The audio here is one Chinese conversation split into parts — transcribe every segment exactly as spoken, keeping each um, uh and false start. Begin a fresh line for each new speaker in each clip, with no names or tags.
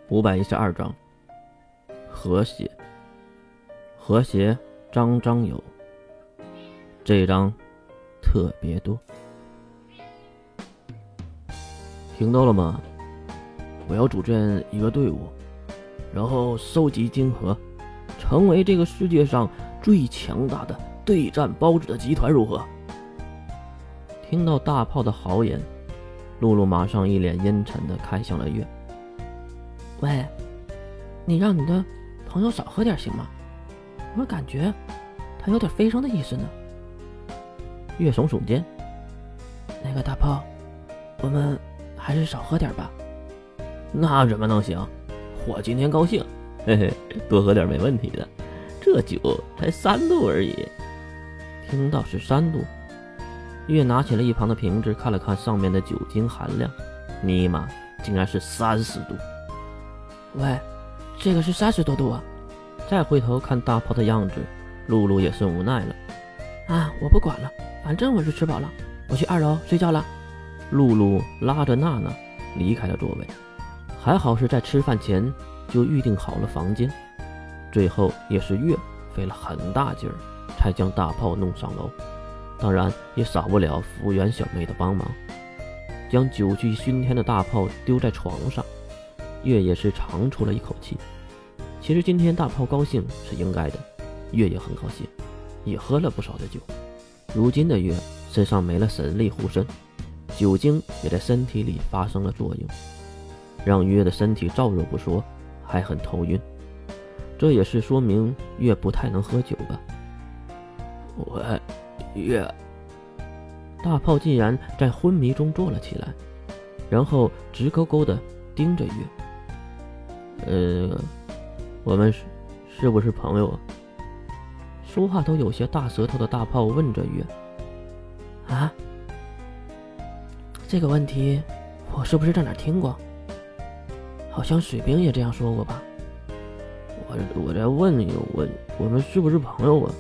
五百一十二章和谐。和谐章章有，这一章特别多。听到了吗？我要组建一个队伍，然后收集金核，成为这个世界上最强大的对战包子的集团，如何？听到大炮的豪言，露露马上一脸阴沉地看向了月。
喂，你让你的朋友少喝点行吗？我感觉他有点飞升的意思呢。
月耸耸肩，
那个大炮，我们还是少喝点吧。
那怎么能行？我今天高兴，嘿嘿，多喝点没问题的。这酒才三度而已。听到是三度，月拿起了一旁的瓶子，看了看上面的酒精含量，尼玛，竟然是三十度。
喂，这个是三十多度啊！
再回头看大炮的样子，露露也是无奈了。
啊，我不管了，反正我是吃饱了，我去二楼睡觉了。
露露拉着娜娜离开了座位，还好是在吃饭前就预定好了房间。最后也是月费了很大劲儿，才将大炮弄上楼。当然也少不了服务员小妹的帮忙，将酒气熏天的大炮丢在床上。月也是长出了一口气。其实今天大炮高兴是应该的，月也很高兴，也喝了不少的酒。如今的月身上没了神力护身，酒精也在身体里发生了作用，让月的身体燥热不说，还很头晕。这也是说明月不太能喝酒吧。喂，月。大炮竟然在昏迷中坐了起来，然后直勾勾地盯着月。呃，我们是是不是朋友啊？说话都有些大舌头的大炮问着月。
啊？这个问题我是不是在哪儿听过？好像水兵也这样说过吧。
我我在问你，我我们是不是朋友啊？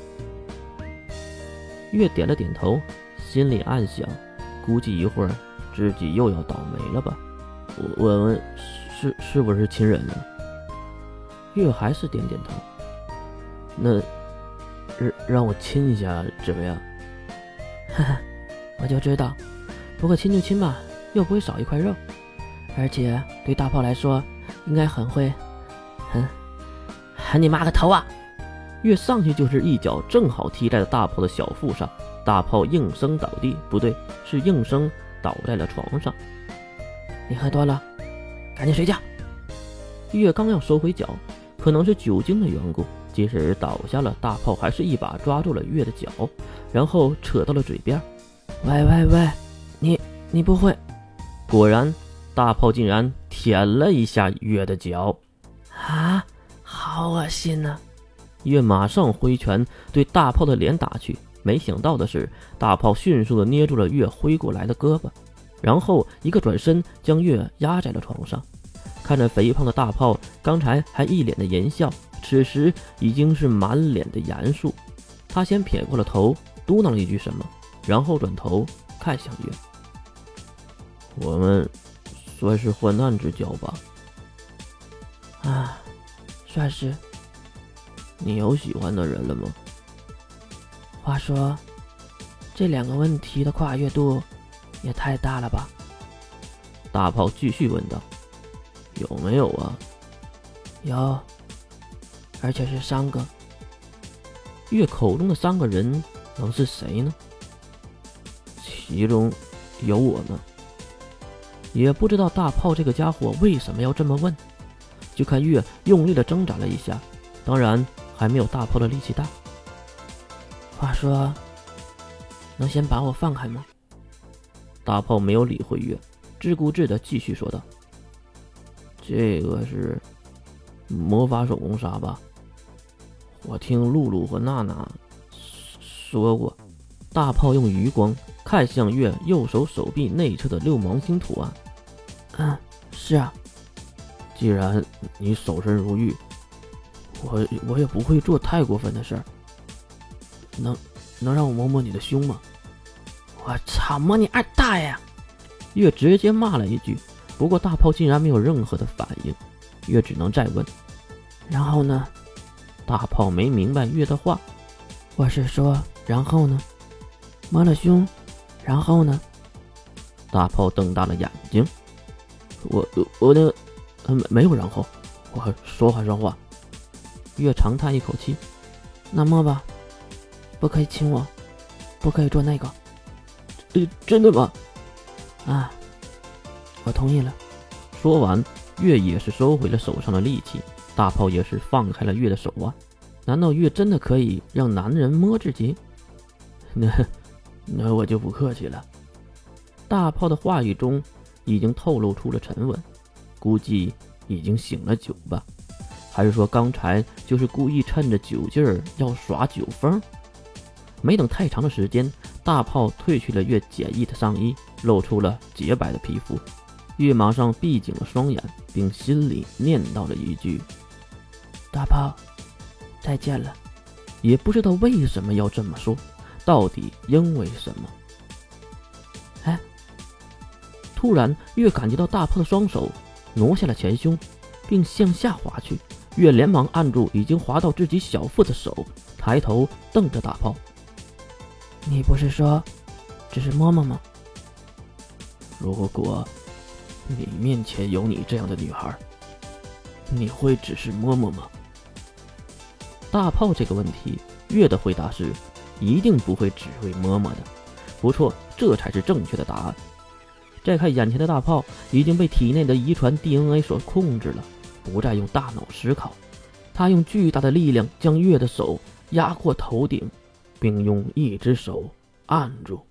月点了点头，心里暗想，估计一会儿自己又要倒霉了吧。我我们是是不是亲人了？月还是点点头。那让让我亲一下怎么样？
哈哈，我就知道。不过亲就亲吧，又不会少一块肉，而且对大炮来说，应该很会，很，喊你妈个头啊！
月上去就是一脚，正好踢在了大炮的小腹上，大炮应声倒地，不对，是应声倒在了床上。
你喝多了，赶紧睡觉。
月刚要收回脚，可能是酒精的缘故，即使倒下了，大炮还是一把抓住了月的脚，然后扯到了嘴边。
喂喂喂，你你不会？
果然，大炮竟然舔了一下月的脚。
啊，好恶心啊！
月马上挥拳对大炮的脸打去，没想到的是，大炮迅速地捏住了月挥过来的胳膊，然后一个转身将月压在了床上。看着肥胖的大炮，刚才还一脸的淫笑，此时已经是满脸的严肃。他先撇过了头，嘟囔了一句什么，然后转头看向月。我们算是患难之交吧？
啊，算是。
你有喜欢的人了吗？
话说，这两个问题的跨越度也太大了吧？
大炮继续问道。有没有啊？
有，而且是三个。
月口中的三个人能是谁呢？其中有我吗？也不知道大炮这个家伙为什么要这么问，就看月用力的挣扎了一下，当然还没有大炮的力气大。
话说，能先把我放开吗？
大炮没有理会月，自顾自的继续说道。这个是魔法手工杀吧？我听露露和娜娜说过。大炮用余光看向月右手手臂内侧的六芒星图案。
嗯，是啊。
既然你守身如玉，我我也不会做太过分的事儿。能能让我摸摸你的胸吗？
我操，摸你二大爷！
月直接骂了一句，不过大炮竟然没有任何的反应。 月只能再问，
然后呢？
大炮没明白月的话，
我是说，然后呢？摸了胸，然后呢？
大炮瞪大了眼睛，我我那没没有然后，我说话算话。月长叹一口气，
那摸吧，不可以亲我，不可以做那个。
呃，真的吗？
啊，我同意了。
说完，月也是收回了手上的力气，大炮也是放开了月的手腕。难道月真的可以让男人摸自己？那那我就不客气了。大炮的话语中已经透露出了沉稳，估计已经醒了酒吧，还是说刚才就是故意趁着酒劲儿要耍酒疯？没等太长的时间，大炮褪去了月简易的上衣，露出了洁白的皮肤。月马上闭紧了双眼，并心里念叨了一句：
大炮，再见了。
也不知道为什么要这么说，到底因为什么？
哎，
突然月感觉到大炮的双手挪下了前胸，并向下滑去。月连忙按住已经滑到自己小腹的手，抬头瞪着大炮：
你不是说只是摸摸吗？
如果你面前有你这样的女孩，你会只是摸摸吗？大炮这个问题，月的回答是一定不会只会摸摸的。不错，这才是正确的答案。再看眼前的大炮，已经被体内的遗传 D N A 所控制了，不再用大脑思考。他用巨大的力量将月的手压过头顶，并用一只手按住。